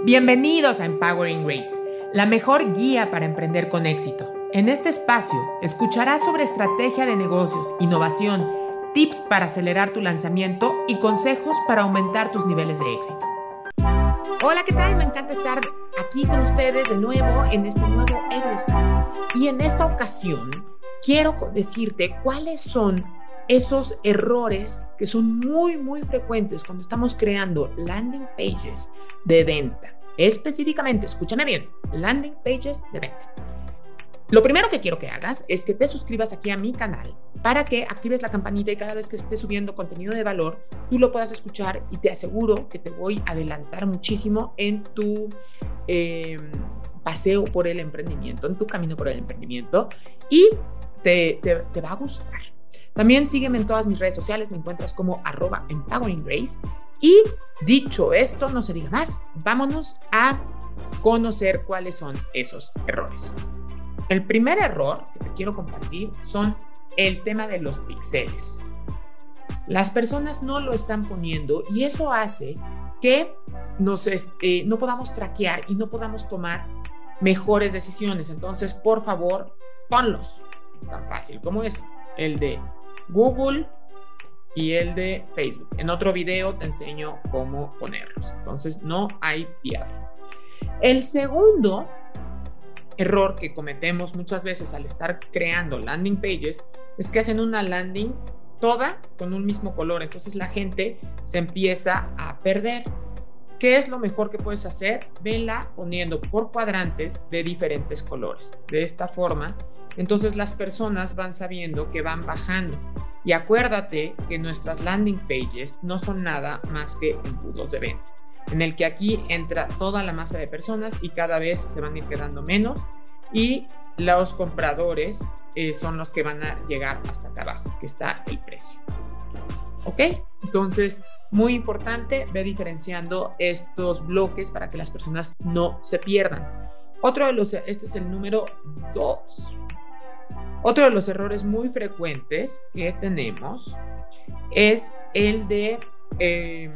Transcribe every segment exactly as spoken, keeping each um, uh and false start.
Bienvenidos a Empowering Grace, la mejor guía para emprender con éxito. En este espacio escucharás sobre estrategia de negocios, innovación, tips para acelerar tu lanzamiento y consejos para aumentar tus niveles de éxito. Hola, ¿qué tal? Me encanta estar aquí con ustedes de nuevo en este nuevo Edo-Snack. Y en esta ocasión quiero decirte cuáles son esos errores que son muy, muy frecuentes cuando estamos creando landing pages de venta. Específicamente, escúchame bien, landing pages de venta. Lo primero que quiero que hagas es que te suscribas aquí a mi canal para que actives la campanita y cada vez que esté subiendo contenido de valor, tú lo puedas escuchar y te aseguro que te voy a adelantar muchísimo en tu eh, paseo por el emprendimiento, en tu camino por el emprendimiento y te, te, te va a gustar. También sígueme en todas mis redes sociales, me encuentras como arroba Empowering Grace. Y dicho esto, no se diga más, vámonos a conocer cuáles son esos errores. El primer error que te quiero compartir son el tema de los píxeles. Las personas no lo están poniendo y eso hace que nos, este, no podamos traquear y no podamos tomar mejores decisiones. Entonces, por favor, ponlos. Tan fácil como es el de Google y el de Facebook. En otro video te enseño cómo ponerlos. Entonces, no hay pierde. El segundo error que cometemos muchas veces al estar creando landing pages es que hacen una landing toda con un mismo color. Entonces, la gente se empieza a perder. ¿Qué es lo mejor que puedes hacer? Vela poniendo por cuadrantes de diferentes colores. De esta forma, entonces las personas van sabiendo que van bajando. Y acuérdate que nuestras landing pages no son nada más que embudos de venta, en el que aquí entra toda la masa de personas y cada vez se van a ir quedando menos y los compradores eh, son los que van a llegar hasta acá abajo, que está el precio. ¿Ok? Entonces, muy importante, ve diferenciando estos bloques para que las personas no se pierdan. Otro de los, este es el número dos. Otro de los errores muy frecuentes que tenemos es el de eh,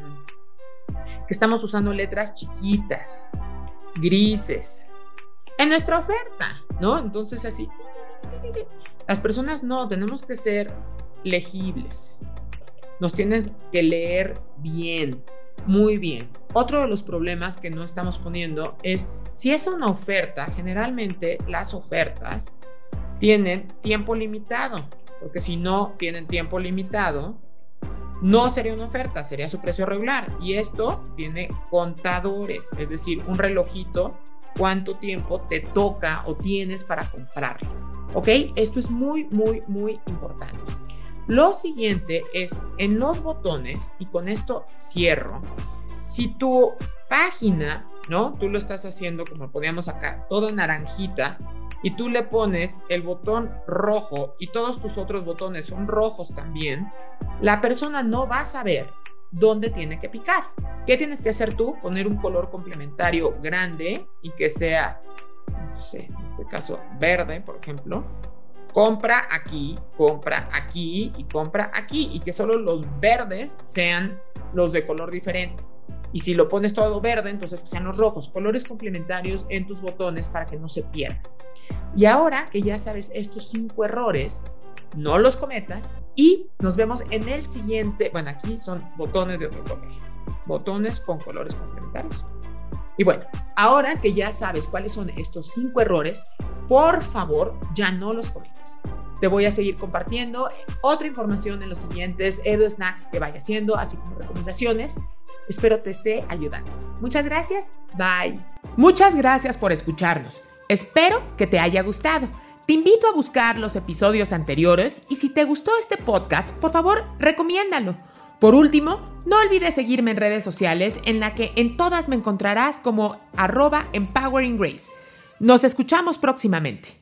que estamos usando letras chiquitas, grises, en nuestra oferta, ¿no? Entonces así, las personas no, tenemos que ser legibles, nos tienes que leer bien, muy bien. Otro de los problemas que no estamos poniendo es, si es una oferta, generalmente las ofertas tienen tiempo limitado, porque si no tienen tiempo limitado, no sería una oferta, sería su precio regular. Y esto tiene contadores, es decir, un relojito, cuánto tiempo te toca o tienes para comprarlo. ¿Ok? Esto es muy, muy, muy importante. Lo siguiente es en los botones, y con esto cierro, si tu página, ¿no? Tú lo estás haciendo como poníamos acá, todo naranjita, y tú le pones el botón rojo y todos tus otros botones son rojos también, la persona no va a saber dónde tiene que picar. ¿Qué tienes que hacer tú? Poner un color complementario grande y que sea, no sé, en este caso verde, por ejemplo. Compra aquí, compra aquí y compra aquí, y que solo los verdes sean los de color diferente. Y si lo pones todo verde, entonces que sean los rojos, colores complementarios en tus botones para que no se pierdan. Y ahora que ya sabes estos cinco errores, no los cometas y nos vemos en el siguiente. Bueno, aquí son botones de otro color, botones con colores complementarios. Y bueno, ahora que ya sabes cuáles son estos cinco errores, por favor, ya no los cometas. Te voy a seguir compartiendo otra información en los siguientes Edo-Snacks que vaya haciendo, así como recomendaciones. Espero te esté ayudando. Muchas gracias. Bye. Muchas gracias por escucharnos. Espero que te haya gustado. Te invito a buscar los episodios anteriores y si te gustó este podcast, por favor, recomiéndalo. Por último, no olvides seguirme en redes sociales en la que en todas me encontrarás como arroba Empowering Grace. Nos escuchamos próximamente.